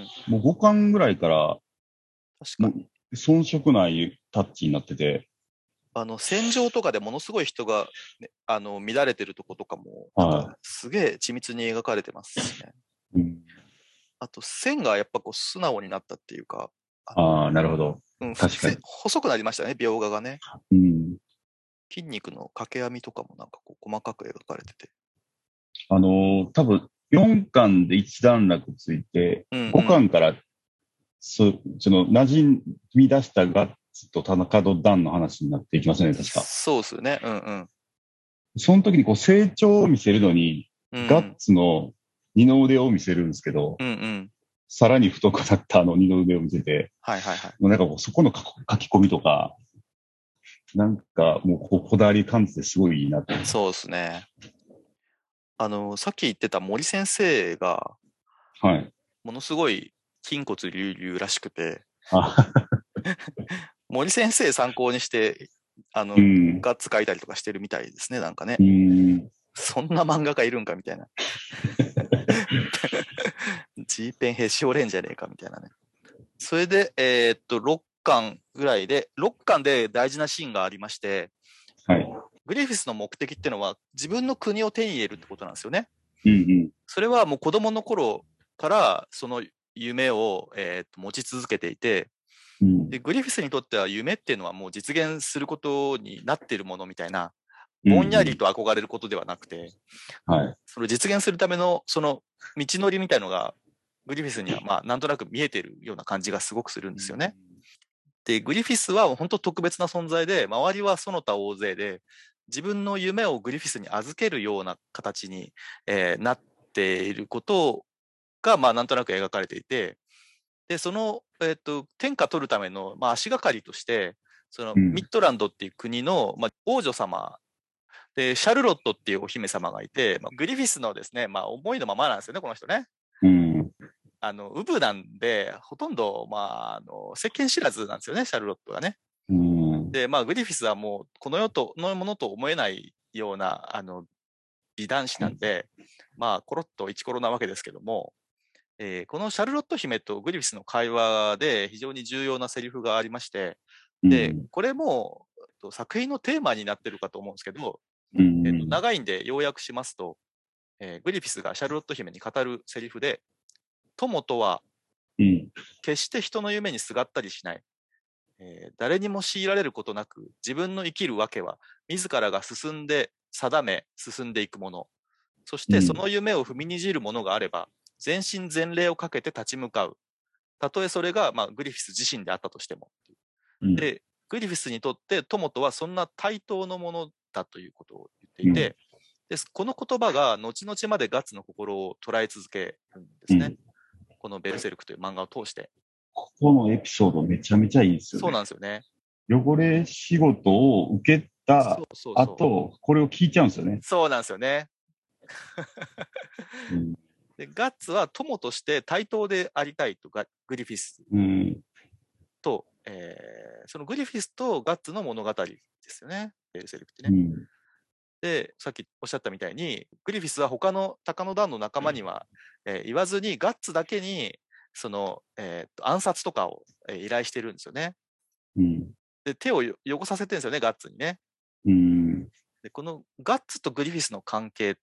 B: もうごかんぐらいからもう
A: 確かに。
B: 遜色ないタッチになってて、
A: あの、戦場とかでものすごい人が、ね、あの、乱れてるとことかも、なんか、
B: は
A: すげえ緻密に描かれてますしね。
B: い。うん、
A: あと、線がやっぱこう、素直になったっていうか、あの、
B: ああ、なるほど。
A: うん、せ
B: 確かに。
A: 細くなりましたね、描画がね。
B: うん。
A: 筋肉の掛け編みとかもなんかこう、細かく描かれてて。
B: あのー多分よんかんで一段落ついて、
A: うんう
B: ごかん
A: ん。
B: からそその馴染み出したガッツと田中とダンの話になっていきますね、確か。
A: そうですよね。うんうん。
B: その時にこう成長を見せるのに、ガッ
A: うん。
B: ツの二の腕を見せるんですけど、
A: うんうん。
B: さらに太くなったあの二の腕を見せて、
A: はいはいはい。
B: もうなんかこうそこの書き込みとか、なんかもうここだわり感じてすごいいいなって。
A: そうですね。あの、さっき言ってた森先生が、
B: はい。
A: ものすごい筋骨隆々らしくて、
B: あ、
A: 森先生参考にして、あの、
B: うん。
A: ガッツ書いたりとかしてるみたいですね、なんかね。
B: うん。
A: そんな漫画家いるんかみたいな。G ペンへし折れんじゃねえかみたいなね。それで、えーっと、ろっかんぐらいで、ろっかんで大事なシーンがありまして、
B: はい。
A: グリフィスの目的っていうのは自分の国を手に入れるってことなんですよね。
B: うんうん。
A: それはもう子供の頃からその夢を、えーっと持ち続けていて、
B: うん。
A: で、グリフィスにとっては夢っていうのはもう実現することになっているものみたいな、
B: うん
A: ぼんやりと憧れることではなくて、
B: はい。
A: それを実現するためのその道のりみたいのが、グリフィスにはまあなんとなく見えているような感じがすごくするんですよね。で、グリフィスは本当特別な存在で、周りはその他大勢で、自分の夢をグリフィスに預けるような形に、えーなっていることが、まあなんとなく描かれていて、で、その、えっと、天下取るための、まあ足がかりとして、その
B: うん
A: ミッドランドっていう国の、まあ、王女様で、シャルロットっていうお姫様がいて、まあ、グリフィスのですね、まあ思いのままなんですよね、この人ね。
B: うん。
A: あの、ウブなんで、ほとんど、まあ、あの、世間知らずなんですよね、シャルロットがね。
B: うん。
A: で、まあ、グリフィスはもう、この世とのものと思えないような、あの、美男子なんで、まあ、コロッとイチコロなわけですけども、えーこのシャルロット姫とグリフィスの会話で非常に重要なセリフがありまして、で、
B: うん。
A: これも、えっと作品のテーマになってるかと思うんですけど、
B: う
A: えっと、
B: ん。
A: 長いんで要約しますと、えーグリフィスがシャルロット姫に語るセリフで、友とは
B: うん。
A: 決して人の夢にすがったりしない。えー誰にも強いられることなく、自分の生きるわけは、自らが進んで、定め、進んでいくもの。そしてその夢を踏みにじるものがあれば、全身全霊をかけて立ち向かう。たとえそれが、まあ、グリフィス自身であったとしても。
B: うん。
A: で、グリフィスにとって友とはそんな対等のものだということを言って
B: うん。
A: いて、でこの言葉が後々までガッツの心を捉え続けるんですね。
B: うん。
A: このベルセルクという漫画を通して。
B: ここのエピソードめちゃめちゃいいですよ
A: そう
B: ね。
A: なんですよね。
B: 汚れ仕事を受けた
A: そうそうそう。
B: 後、これを聞いちゃうんですよね。
A: そうなんですよね。
B: うん。
A: でガッツは友として対等でありたいとガグリフィス
B: うん。
A: と、えーそのグリフィスとガッツの物語ですよね。ベルセルクってね。
B: うん。
A: で、さっきおっしゃったみたいに、グリフィスは他の鷹の団の仲間には、えー言わずに、ガッツだけに、その、えーっと暗殺とかを、えー依頼してるんですよね。
B: うん。
A: で、手をよ汚させてるんですよね、ガッツにね。
B: うん。
A: で、このガッツとグリフィスの関係って、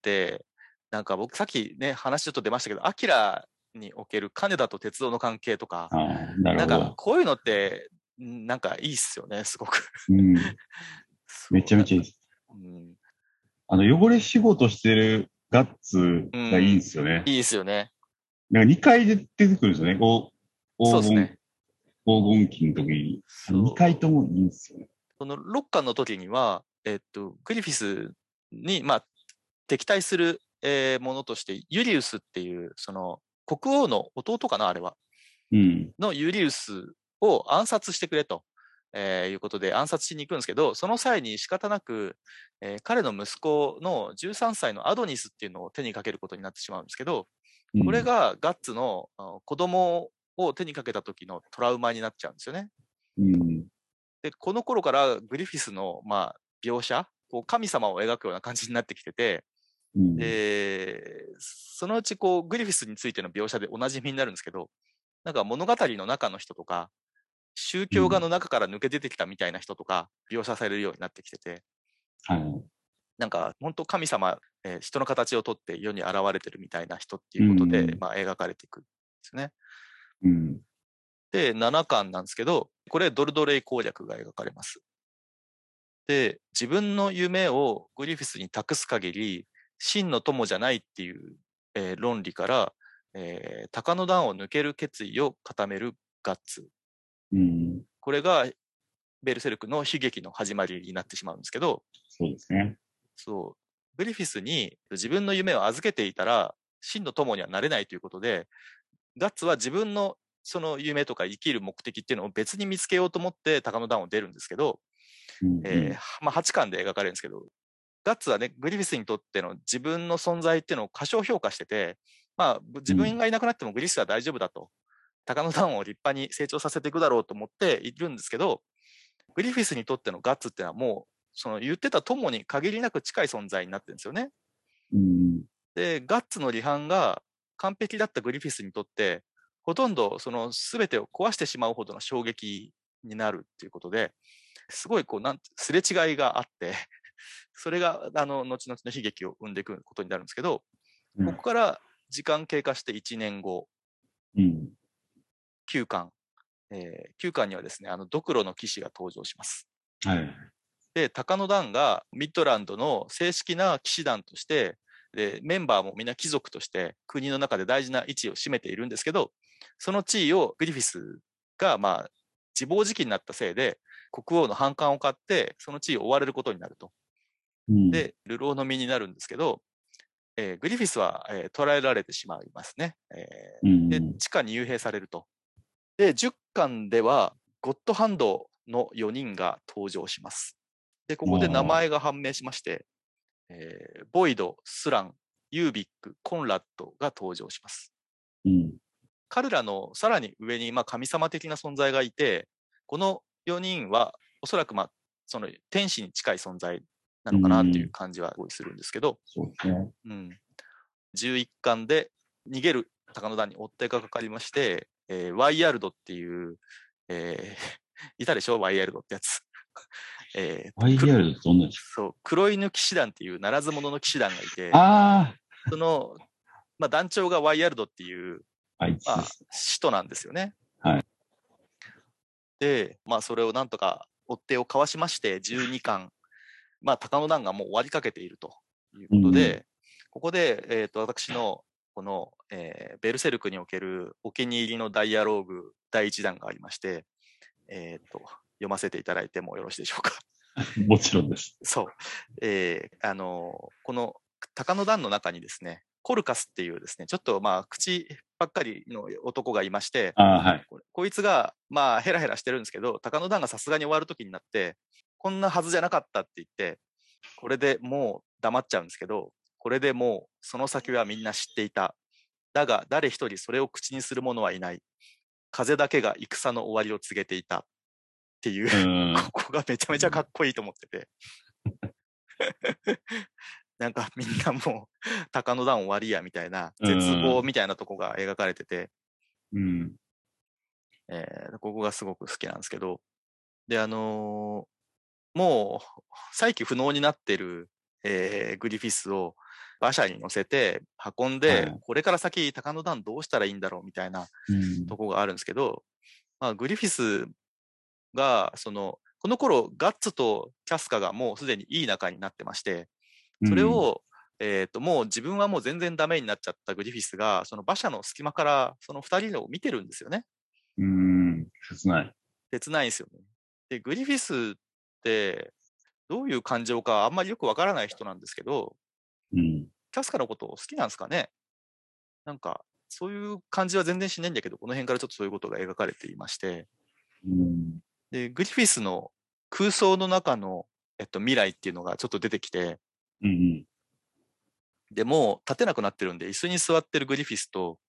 A: なんか僕さっきね、話ちょっと出ましたけど、アキラにおける金田と鉄道の関係とか、
B: ああ、なる
A: なんか
B: ほど。
A: こういうのって、んなんかいいっすよね、すごく。
B: うん。め
A: そう、
B: ちゃめ
A: なんか、
B: ちゃいいです。
A: うん、
B: あの、汚れ仕事してるガッツ
A: う
B: がいいんで
A: ん、
B: すよね。
A: いいですよね。
B: なんかにかいで出てくるんですよね。お黄金、
A: そうですね。
B: 黄金期の時に。にかいと
A: そう。
B: もいいんですよね。
A: そのろっかんの時には、えっと、グリフィスに、まあ、敵対する、えーものとして、ユリウスっていう、その、国王の弟かな、あれは。
B: うん。
A: のユリウスを暗殺してくれと、えーいうことで暗殺しに行くんですけど、その際に仕方なく、えー彼の息子のじゅうさんさいのアドニスっていうのを手にかけることになってしまうんですけど、これ
B: うん。
A: がガッツのあの子供を手にかけた時のトラウマになっちゃうんですよね。
B: うん。
A: で、この頃からグリフィスの、まあ、描写、こう神様を描くような感じになってきてて、
B: うん。
A: で、そのうちこうグリフィスについての描写でおなじみになるんですけど、なんか物語の中の人とか、宗教画の中から抜け出てきたみたいな人とか描写されるようになってきてて、
B: はい。
A: なんか本当神様、えー人の形をとって世に現れてるみたいな人っていうことで、
B: うん
A: まあ、描かれていくんですね。
B: うん。
A: で、ななかんなんですけど、これドルドレイ攻略が描かれます。で、自分の夢をグリフィスに託す限り、真の友じゃないっていう、えー論理から、えー、鷹の段を抜ける決意を固めるガッツ。
B: うん。
A: これがベルセルクの悲劇の始まりになってしまうんですけど、
B: そうですね。
A: そう、グリフィスに自分の夢を預けていたら、真の友にはなれないということで、ガッツは自分のその夢とか生きる目的っていうのを別に見つけようと思って鷹の段を出るんですけど、
B: うん
A: えーまあ、はちかんで描かれるんですけど、ガッツはね、グリフィスにとっての自分の存在っていうのを過小評価してて、まあ、自分がいなくなってもグリフィスは大丈夫だと、鷹の段を立派に成長させていくだろうと思っているんですけど、グリフィスにとってのガッツっていうのはもう、その言ってた友に限りなく近い存在になってるんですよね。
B: うん
A: で、ガッツの離反が完璧だったグリフィスにとって、ほとんどその全てを壊してしまうほどの衝撃になるっていうことで、すごいこう、なんすれ違いがあって、それが、あの、後々の悲劇を生んでいくことになるんですけど、
B: うん
A: ここから時間経過していちねんご、
B: うん
A: きゅうかん、えー、きゅうかんにはですね、あの、ドクロの騎士が登場します。
B: はい。
A: で、鷹の段がミッドランドの正式な騎士団として、で、メンバーもみんな貴族として国の中で大事な位置を占めているんですけど、その地位をグリフィスが、まあ、自暴自棄になったせいで、国王の反感を買って、その地位を追われることになると。
B: うん
A: で、流浪の身になるんですけど、えーグリフィスは、えー捕らえられてしまいますね。え
B: う
A: ーで、
B: ん
A: 地下に幽閉されると。で、じゅっかんでは、ゴッドハンドのよにんが登場します。で、ここで名前が判明しまして、えーボイド、スラン、ユービック、コンラッドが登場します。
B: うん
A: 彼らのさらに上に、まあ、神様的な存在がいて、このよにんはおそらく、まあ、その天使に近い存在なのかなという感じはすごいするんですけど、
B: そうですね。
A: うん、じゅういっかんで逃げる鷹の段に追っ手がかかりまして、えーワイヤルドっていう、えーいたでしょワイヤルドってやつ。えー
B: アイディアルってどんなです
A: そう、黒犬騎士団っていうならず者の騎士団がいて、
B: か？あ
A: その、まあ、団長がワイヤルドっていう、
B: あ、あいつ
A: まあ、
B: です。
A: 使徒なんですよね。
B: はい。
A: で、まあ、それをなんとか追っ手をかわしまして、じゅうにかん、まあ、鷹の段がもう終わりかけているということで、
B: うん
A: ここで、えっと、私の、この、えーベルセルクにおけるお気に入りのダイアローグだいいちだんがありまして、えっと、読ませていただいてもよろしいでしょうか。
B: もちろんです。
A: そう。えーあの、この鷹の段の中にですね、コルカスっていうですね、ちょっとまあ、口ばっかりの男がいまして、
B: ああ、はい。
A: ここいつが、まあ、ヘラヘラしてるんですけど、鷹の段がさすがに終わる時になって、こんなはずじゃなかったって言って、これでもう黙っちゃうんですけど、これでもうその先はみんな知っていた。だが、誰一人それを口にする者はいない。風だけが戦の終わりを告げていた。っていう、
B: うん。
A: ここがめちゃめちゃかっこいいと思ってて。なんかみんなもう、鷹の段終わりやみたいな、絶望みたいなとこが描かれてて、
B: うん。
A: えーここがすごく好きなんですけど、で、あのーもう、再起不能になってる、えーグリフィスを馬車に乗せて運んで、
B: はい
A: これから先、鷹の段どうしたらいいんだろうみたいな
B: うん。
A: とこがあるんですけど、まあ、グリフィスが、その、この頃、ガッツとキャスカがもうすでにいい仲になってまして、それを、えっと、もう自分はもう全然ダメになっちゃったグリフィスが、その馬車の隙間からその二人を見てるんですよね。
B: うん。切ない。
A: 切ないんですよね。で、グリフィスってどういう感情かあんまりよくわからない人なんですけど、
B: うん。
A: キャスカのことを好きなんですかね。なんか、そういう感じは全然しないんだけど、この辺からちょっとそういうことが描かれていまして、
B: うん。
A: で、グリフィスの空想の中の、えっと、未来っていうのがちょっと出てきて、
B: うん。
A: で、もう立てなくなってるんで、椅子に座ってるグリフィスと、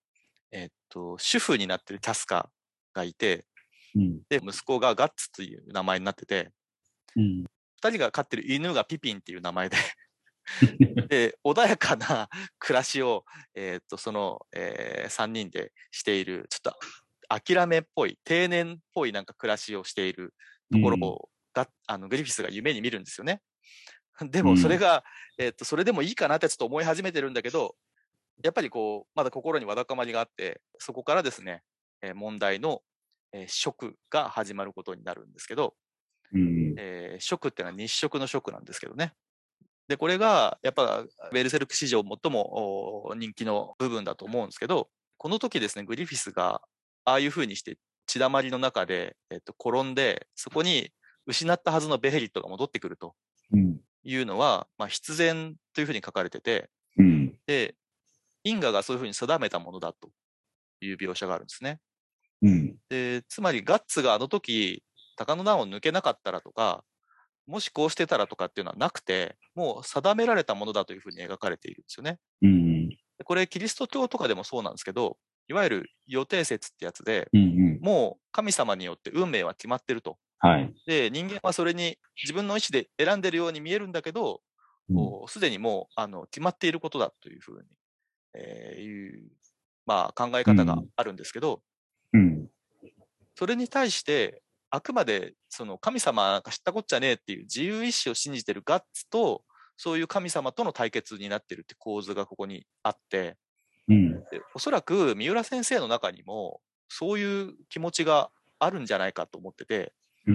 A: えっと、主婦になってるキャスカがいて、
B: うん。
A: で、息子がガッツという名前になってて、
B: うん。
A: 二人が飼ってる犬がピピンっていう名前で、で、穏やかな暮らしを、えっと、その、えー、さんにんでしている、ちょっと諦めっぽい、定年っぽいなんか暮らしをしているところを、があのグリフィスが夢に見るんですよね。でもそれが、えっと、それでもいいかなってちょっと思い始めてるんだけど、やっぱりこう、まだ心にわだかまりがあって、そこからですね、えー問題の、えー食が始まることになるんですけど、
B: うん。
A: えー食っていうのは日食の食なんですけどね。で、これが、やっぱ、ベルセルク史上最もお人気の部分だと思うんですけど、この時ですね、グリフィスが、ああいう風にして血だまりの中で、えっと、転んで、そこに失ったはずのベヘリットが戻ってくると
B: うん。
A: いうのは、まあ、必然という風に書かれてて、
B: うん。
A: で、因果がそういう風に定めたものだという描写があるんですね。
B: うん。
A: で、つまりガッツがあの時、鷹の段を抜けなかったらとか、もしこうしてたらとかっていうのはなくて、もう定められたものだというふうに描かれているんですよね。
B: うん。
A: でこれ、キリスト教とかでもそうなんですけど、いわゆる予定説ってやつで、
B: うん。
A: もう神様によって運命は決まってると。
B: はい。
A: で、人間はそれに自分の意思で選んでるように見えるんだけど、
B: うん。
A: すでにもうあの決まっていることだというふうに、えーいう、まあ、考え方があるんですけど、
B: うん。
A: それに対して、あくまでその神様なんか知ったこっちゃねえっていう自由意志を信じてるガッツと、そういう神様との対決になってるって構図がここにあって、
B: うん。
A: でおそらく三浦先生の中にもそういう気持ちがあるんじゃないかと思ってて、
B: うん。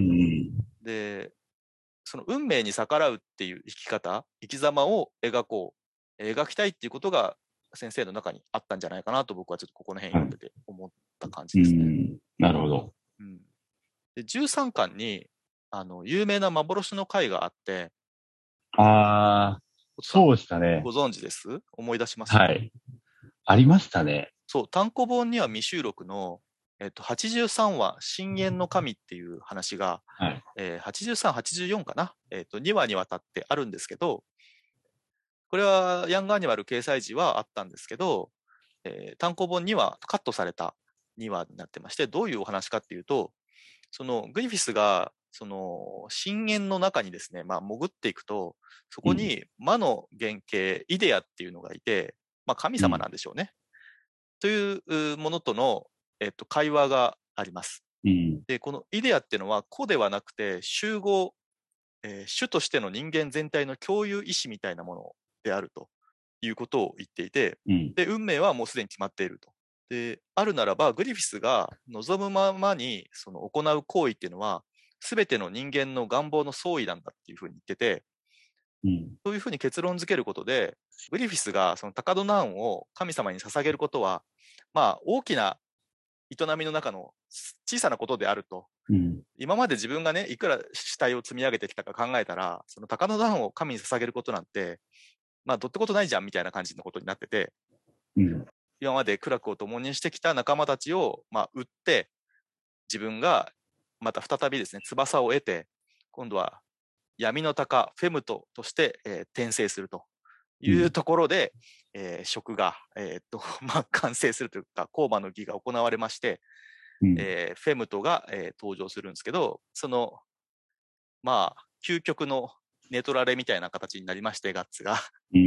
A: で、その運命に逆らうっていう生き方、生き様を描こう、描きたいっていうことが先生の中にあったんじゃないかなと僕はちょっとここの辺読んでて思った感じ
B: う
A: ですね。
B: ん。なるほど。
A: うん、でじゅうさんかんにあの有名な幻の回があって、
B: ああ、
A: さん
B: そうしたね。
A: ご存知です？思い出します？
B: はい。ありましたね。
A: そう、単行本には未収録の、えっと、はちじゅうさんわ、深淵の神っていう話が、
B: はい。
A: えー、はちじゅうさん、はちじゅうよんかな、えっと、にわにわたってあるんですけど、これはヤングアニマル掲載時はあったんですけど、えー単行本にはカットされたにわになってまして、どういうお話かっていうと、そのグリフィスがその深淵の中にですね、まあ、潜っていくと、そこに魔の原型、イデアっていうのがいて、まあ、神様なんでしょうね。というものとの、えっと、会話があります。
B: うん。
A: で、このイデアっていうのは個ではなくて集合、えー種としての人間全体の共有意志みたいなものであるということを言っていて、
B: うん。
A: で、運命はもうすでに決まっていると。で、あるならば、グリフィスが望むままにその行う行為っていうのは、すべての人間の願望の総意なんだっていうふうに言ってて、
B: うん。
A: そういうふうに結論付けることで、グリフィスがその高ドナウンを神様に捧げることは、まあ、大きな営みの中の小さなことであると。
B: うん。
A: 今まで自分がね、いくら死体を積み上げてきたか考えたら、その高野ダウンを神に捧げることなんて、まあ、どってことないじゃんみたいな感じのことになってて、
B: うん。
A: 今まで苦楽を共にしてきた仲間たちを、まあ、撃って、自分がまた再びですね、翼を得て、今度は闇の鷹、フェムトとして、えー転生するというところで、えー職が、えーっと、まあ、完成するというか、コーマの儀が行われまして、
B: うん。
A: えーフェムトが、えー登場するんですけど、その、まあ、究極のネトラレみたいな形になりまして、ガッツが。
B: うん。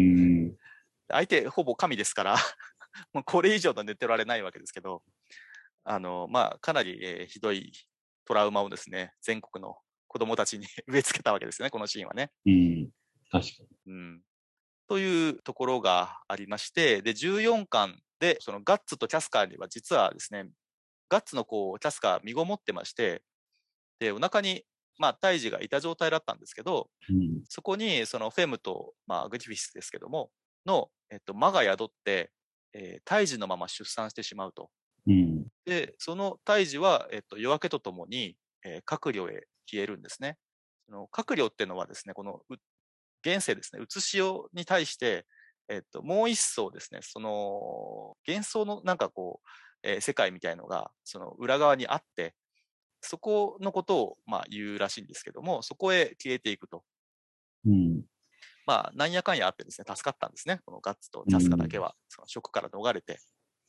A: 相手、ほぼ神ですから、もうこれ以上のネトラレないわけですけど、あの、まあ、かなり、えーひどいトラウマをですね、全国の子供たちに植え付けたわけですね、このシーンはね。
B: うん。確かに。
A: うん。というところがありまして、で、じゅうよんかんで、そのガッツとキャスカーには実はですね、ガッツのこう、キャスカー身ごもってまして、で、お腹に、まあ、胎児がいた状態だったんですけど、
B: うん。
A: そこに、そのフェムと、まあ、グリフィスですけども、の、えっと、魔が宿って、えー胎児のまま出産してしまうと。
B: うん。
A: で、その胎児は、えっと、夜明けとともに、えー、閣僚へ消えるんですね。その閣僚っていうのはですね、この現世ですね、写し代に対して、えっと、もう一層ですね、その、幻想のなんかこう、えー世界みたいのが、その裏側にあって、そこのことを、まあ、言うらしいんですけども、そこへ消えていくと。
B: うん。
A: まあ、なんやかんやあってですね、助かったんですね。このガッツと
B: う
A: チャスカだけ
B: ん。
A: は、その職から逃れて。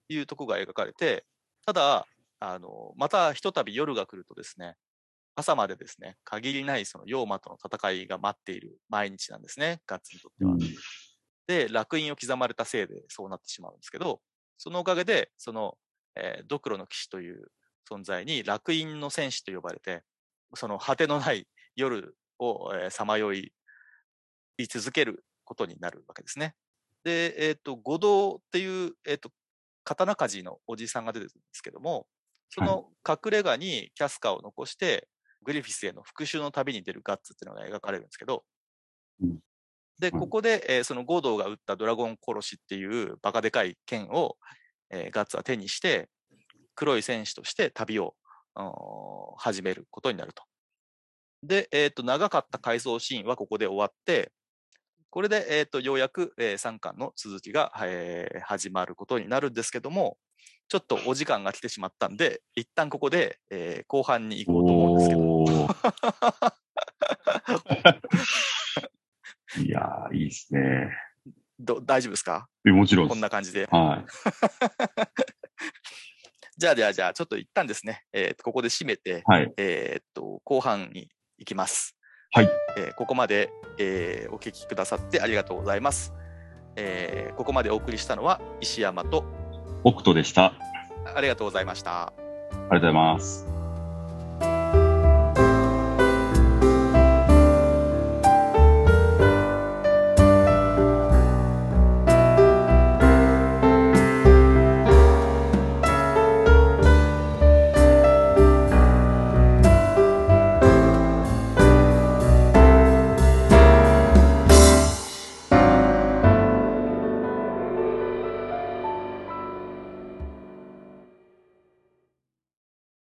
A: いうところが描かれて、ただ、あの、またひとたび夜が来るとですね、朝までですね、限りないその妖魔との戦いが待っている毎日なんですね、ガッツにとっては。
B: うん。
A: で、烙印を刻まれたせいでそうなってしまうんですけど、そのおかげで、その、えードクロの騎士という存在に烙印の戦士と呼ばれて、その果てのない夜をさまよい続けることになるわけですね。で、えっ、と、五道っていう、えっ、と、刀鍛冶のおじさんが出てくるんですけども、その隠れ家にキャスカーを残して、グリフィスへの復讐の旅に出るガッツっていうのが描かれるんですけど、
B: うん
A: で、
B: はい
A: ここで、えーそのゴードーが撃ったドラゴン殺しっていうバカでかい剣を、えーガッツは手にして、黒い戦士として旅をあー始めることになると。で、えっ、と、長かった回想シーンはここで終わって、これで、えっ、と、ようやく、えー、さんかんの続きが、えー始まることになるんですけども、ちょっとお時間が来てしまったんで、一旦ここで、えー後半に行こうと思うんですけど。
B: おーいやー、いいですね。
A: ど大丈夫ですか？
B: えもちろんです。
A: こんな感じで。
B: はい。
A: じゃあ、じゃあ、じゃあ、ちょっと一旦ですね、えーとここで締めて、
B: はい。
A: えーっと、後半に行きます。
B: はい。
A: えーここまで、えーお聞きくださってありがとうございます。えーここまでお送りしたのは石山と、
B: 北斗でした。
A: ありがとうございました。
B: ありがとうございます。